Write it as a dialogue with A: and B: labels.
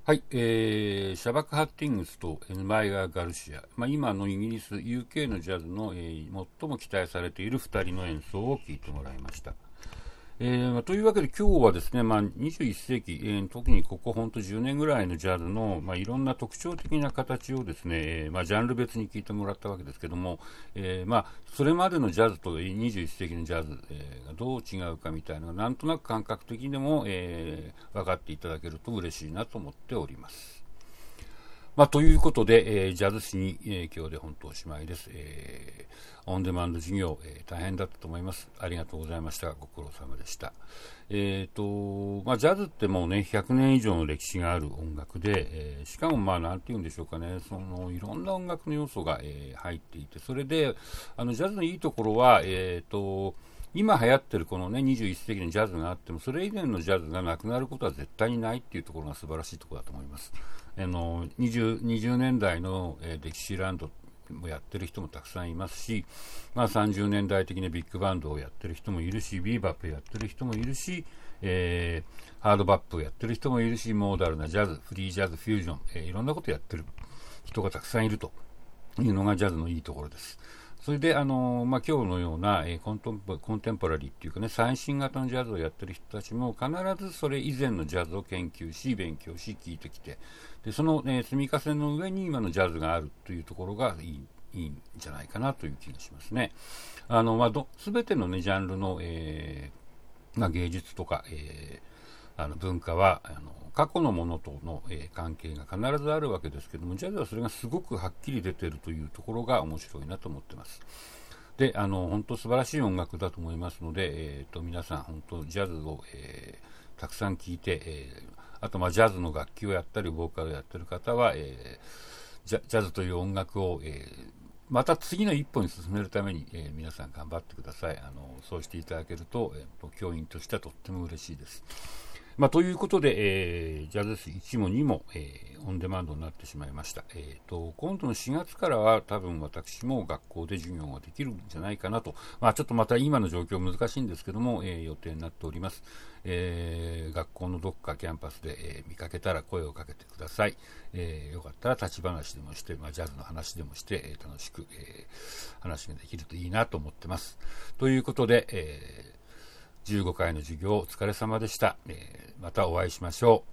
A: はい、シャバク・ハッティングスとエヌマイガー・ガルシア、今のイギリス、UK のジャズの、最も期待されている2人の演奏を聴いてもらいました。というわけで今日はですね、21世紀、特にここほんと10年ぐらいのジャズの、いろんな特徴的な形をですね、ジャンル別に聞いてもらったわけですけども、それまでのジャズと21世紀のジャズ、がどう違うかみたいなのがなんとなく感覚的にも、分かっていただけると嬉しいなと思っております。ということで、ジャズ史に、今日で本当おしまいです。オンデマンド授業、大変だったと思います。ありがとうございました。ご苦労様でした。ジャズってもうね、100年以上の歴史がある音楽で、しかもなんて言うんでしょうかね、いろんな音楽の要素が、入っていて、それで、ジャズのいいところは、今流行ってるこのね、21世紀のジャズがあっても、それ以前のジャズがなくなることは絶対にないっていうところが素晴らしいところだと思います。20年代の、デキシーランドもやってる人もたくさんいますし、30年代的なビッグバンドをやってる人もいるし、ビーバップやってる人もいるし、ハードバップをやってる人もいるし、モーダルなジャズ、フリージャズ、フュージョン、いろんなことやってる人がたくさんいるというのがジャズのいいところです。それで、今日のような、コンテンポラリーっていうかね、最新型のジャズをやってる人たちも必ずそれ以前のジャズを研究し、勉強し、聞いてきて、で、その、積み重ねの上に今のジャズがあるというところがいいんじゃないかなという気がしますね。すべてのね、ジャンルの、芸術とか、文化は過去のものとの、関係が必ずあるわけですけども、ジャズはそれがすごくはっきり出ているというところが面白いなと思ってます。で、本当素晴らしい音楽だと思いますので、皆さん本当ジャズを、たくさん聴いて、あとジャズの楽器をやったりボーカルをやってる方は、ジャズという音楽を、また次の一歩に進めるために、皆さん頑張ってください。そうしていただけると、教員としてはとっても嬉しいです。ということで、ジャズ史1も2も、オンデマンドになってしまいました。今度の4月からは多分私も学校で授業ができるんじゃないかなと、ちょっとまた今の状況難しいんですけども、予定になっております。学校のどっかキャンパスで、見かけたら声をかけてください。よかったら立ち話でもして、ジャズの話でもして、楽しく、話ができるといいなと思ってます。ということで、15回の授業お疲れ様でした。またお会いしましょう。